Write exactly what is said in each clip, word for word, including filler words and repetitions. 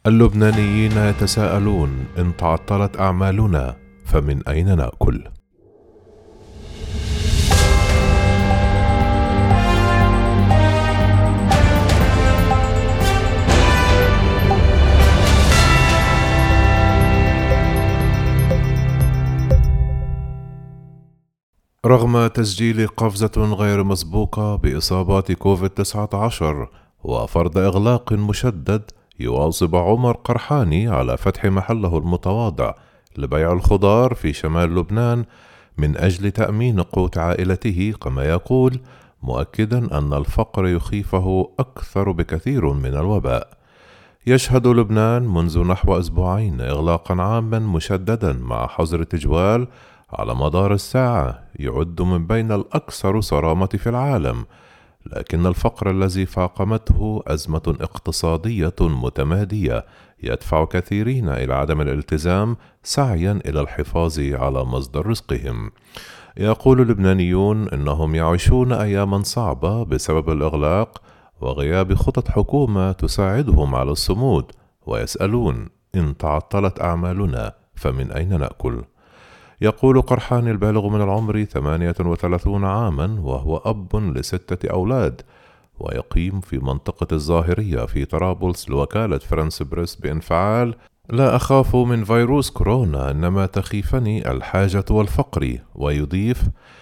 اللبنانيين يتساءلون: إن تعطلت أعمالنا فمن أين نأكل؟ رغم تسجيل قفزة غير مسبوقة بإصابات كوفيد تسعة عشر وفرض إغلاق مشدد، يواظب عمر قرحاني على فتح محله المتواضع لبيع الخضار في شمال لبنان من أجل تأمين قوت عائلته، كما يقول، مؤكدا أن الفقر يخيفه أكثر بكثير من الوباء. يشهد لبنان منذ نحو أسبوعين إغلاقا عاما مشددا مع حظر تجوال على مدار الساعة يعد من بين الأكثر صرامة في العالم، لكن الفقر الذي فاقمته أزمة اقتصادية متمادية يدفع كثيرين إلى عدم الالتزام سعيا إلى الحفاظ على مصدر رزقهم. يقول اللبنانيون إنهم يعيشون أياما صعبة بسبب الإغلاق وغياب خطط حكومة تساعدهم على الصمود، ويسألون: إن تعطلت أعمالنا فمن أين نأكل؟ يقول قرحاني البالغ من العمر ثمانية وثلاثين عاما، وهو أب لستة أولاد، ويقيم في منطقة الظاهرية في طرابلس لوكالة فرانس بريس بانفعال: لا أخاف من فيروس كورونا، إنما تخيفني الحاجة والفقر. ويضيف: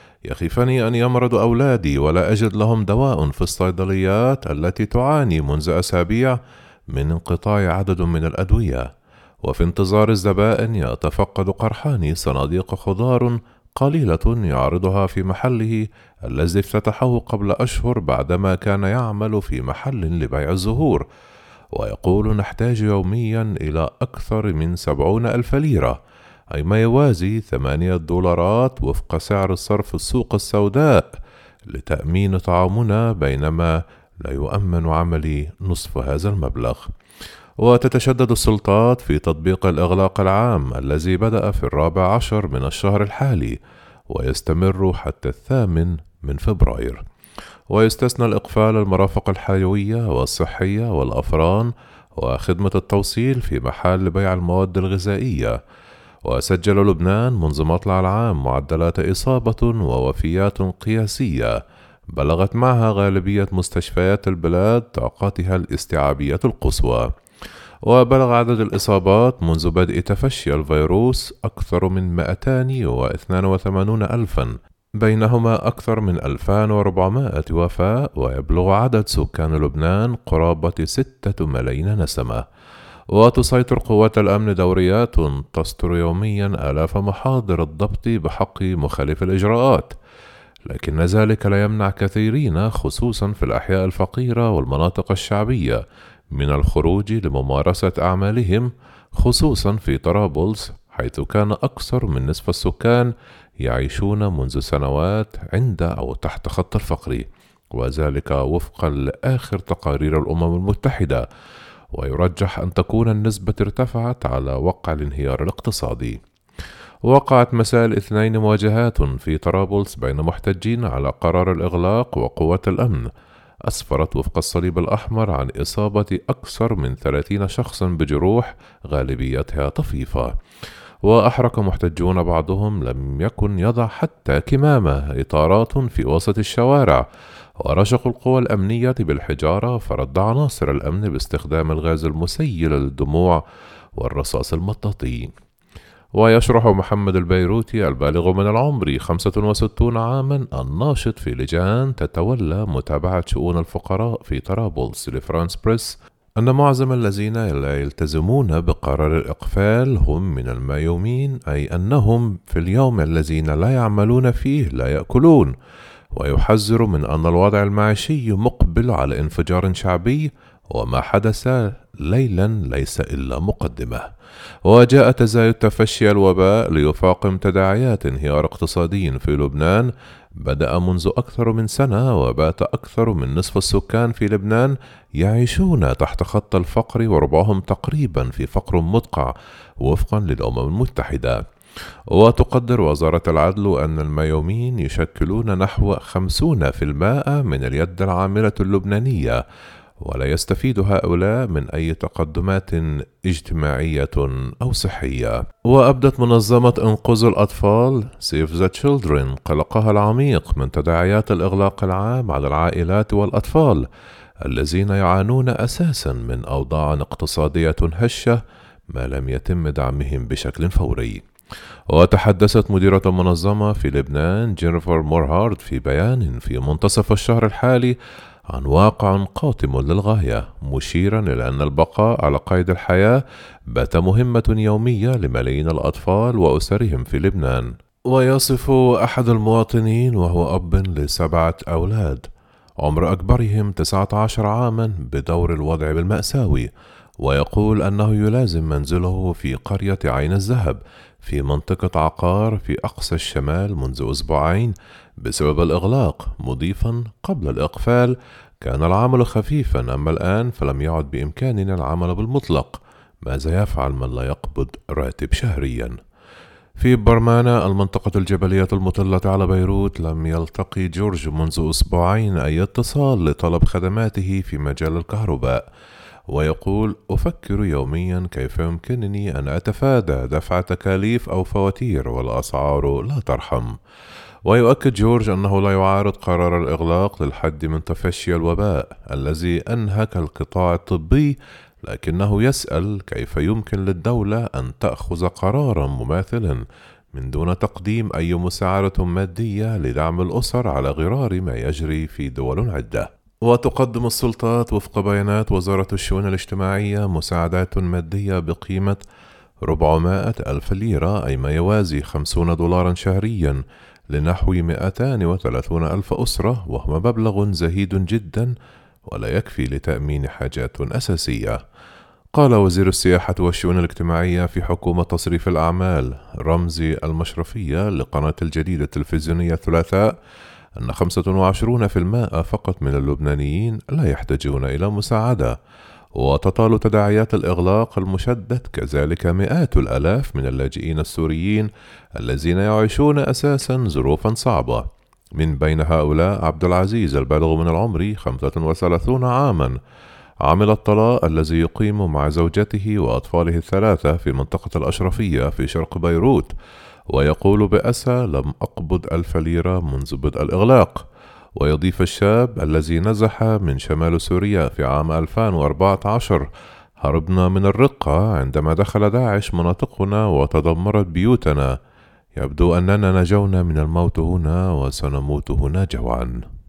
يخيفني أن يمرض أولادي ولا أجد لهم دواء في الصيدليات التي تعاني منذ أسابيع من انقطاع عدد من الأدوية. وفي انتظار الزبائن يتفقد قرحاني صناديق خضار قليلة يعرضها في محله الذي افتتحه قبل أشهر بعدما كان يعمل في محل لبيع الزهور، ويقول: نحتاج يوميا إلى أكثر من سبعون ألف ليرة، أي ما يوازي ثمانية دولارات وفق سعر الصرف السوق السوداء، لتأمين طعامنا، بينما لا يؤمن عملي نصف هذا المبلغ. وتتشدد السلطات في تطبيق الإغلاق العام الذي بدأ في الرابع عشر من الشهر الحالي ويستمر حتى الثامن من فبراير، ويستثنى الإقفال المرافق الحيوية والصحية والأفران وخدمة التوصيل في محل بيع المواد الغذائية. وسجل لبنان منذ مطلع العام معدلات إصابة ووفيات قياسية بلغت معها غالبية مستشفيات البلاد طاقتها الاستيعابية القصوى. وبلغ عدد الإصابات منذ بدء تفشي الفيروس أكثر من مئتين واثنين وثمانين ألفا، بينهما أكثر من ألفين وأربعمائة وفاة، ويبلغ عدد سكان لبنان قرابة ستة ملايين نسمة. وتسيطر قوات الأمن دوريات تسطر يوميا آلاف محاضر الضبط بحق مخالف الإجراءات، لكن ذلك لا يمنع كثيرين خصوصا في الأحياء الفقيرة والمناطق الشعبية من الخروج لممارسة أعمالهم، خصوصا في طرابلس، حيث كان أكثر من نصف السكان يعيشون منذ سنوات عند أو تحت خط الفقر، وذلك وفقا لآخر تقارير الأمم المتحدة. ويرجح أن تكون النسبة ارتفعت على وقع الانهيار الاقتصادي. وقعت مساء الاثنين مواجهات في طرابلس بين محتجين على قرار الإغلاق وقوات الأمن، أسفرت وفق الصليب الأحمر عن إصابة أكثر من ثلاثين شخصا بجروح غالبيتها طفيفة. وأحرق محتجون بعضهم لم يكن يضع حتى كمامة إطارات في وسط الشوارع، ورشقوا القوى الأمنية بالحجارة، فرد عناصر الأمن باستخدام الغاز المسيل للدموع والرصاص المطاطي. ويشرح محمد البيروتي البالغ من العمر خمسة وستين عاما، الناشط في لجان تتولى متابعة شؤون الفقراء في طرابلس لفرانس بريس، أن معظم الذين لا يلتزمون بقرار الإقفال هم من المايومين، أي أنهم في اليوم الذين لا يعملون فيه لا يأكلون. ويحذر من أن الوضع المعيشي مقبل على انفجار شعبي، وما حدث ليلا ليس إلا مقدمة. وجاء تزايد تفشي الوباء ليفاقم تداعيات انهيار اقتصادي في لبنان بدأ منذ أكثر من سنة، وبات أكثر من نصف السكان في لبنان يعيشون تحت خط الفقر، وربعهم تقريبا في فقر مدقع وفقا للأمم المتحدة. وتقدر وزارة العدل أن المايومين يشكلون نحو خمسين بالمئة من اليد العاملة اللبنانية، ولا يستفيد هؤلاء من أي تقدمات اجتماعية أو صحية. وأبدت منظمة إنقاذ الأطفال Save the Children قلقها العميق من تداعيات الإغلاق العام على العائلات والأطفال الذين يعانون أساسا من أوضاع اقتصادية هشة ما لم يتم دعمهم بشكل فوري. وتحدثت مديرة المنظمة في لبنان جينيفر مورهارد في بيان في منتصف الشهر الحالي عن واقع قاتم للغاية، مشيرا إلى أن البقاء على قيد الحياة بات مهمة يومية لملايين الأطفال وأسرهم في لبنان. ويصف أحد المواطنين وهو أب لسبعة أولاد عمر أكبرهم تسعة عشر عاما بدور الوضع بالمأساوي، ويقول أنه يلازم منزله في قرية عين الذهب في منطقة عقار في أقصى الشمال منذ أسبوعين بسبب الإغلاق، مضيفا قبل الإقفال كان العمل خفيفا، أما الآن فلم يعد بإمكاننا العمل بالمطلق، ماذا يفعل من لا يقبض راتب شهريا؟ في برمانا المنطقة الجبلية المطلة على بيروت لم يلتقي جورج منذ أسبوعين أي اتصال لطلب خدماته في مجال الكهرباء، ويقول: أفكر يوميا كيف يمكنني أن أتفادى دفع تكاليف أو فواتير والأسعار لا ترحم. ويؤكد جورج أنه لا يعارض قرار الإغلاق للحد من تفشي الوباء الذي أنهك القطاع الطبي، لكنه يسأل كيف يمكن للدولة أن تأخذ قرارا مماثلا من دون تقديم أي مساعدة مادية لدعم الأسر على غرار ما يجري في دول عدة. وتقدم السلطات وفق بيانات وزارة الشؤون الاجتماعية مساعدات مادية بقيمة أربعمائة ألف ليرة، أي ما يوازي خمسين دولارا شهريا، لنحو مئتين وثلاثين ألف أسرة، وهو مبلغ زهيد جدا ولا يكفي لتأمين حاجات أساسية. قال وزير السياحة والشؤون الاجتماعية في حكومة تصريف الأعمال رمزي المشرفية لقناة الجديدة التلفزيونية الثلاثاء أن خمسة وعشرين بالمئة فقط من اللبنانيين لا يحتاجون إلى مساعدة، وتطال تداعيات الإغلاق المشدد كذلك مئات الآلاف من اللاجئين السوريين الذين يعيشون أساسا ظروفا صعبة. من بين هؤلاء عبد العزيز البالغ من العمر خمسة وثلاثين عاما، عامل الطلاق الذي يقيم مع زوجته وأطفاله الثلاثة في منطقة الأشرفية في شرق بيروت، ويقول بأسى: لم أقبض ألف ليرة منذ بدء الإغلاق. ويضيف الشاب الذي نزح من شمال سوريا في عام ألفين وأربعة عشر: هربنا من الرقة عندما دخل داعش مناطقنا وتدمرت بيوتنا، يبدو أننا نجونا من الموت هنا وسنموت هنا جوعا.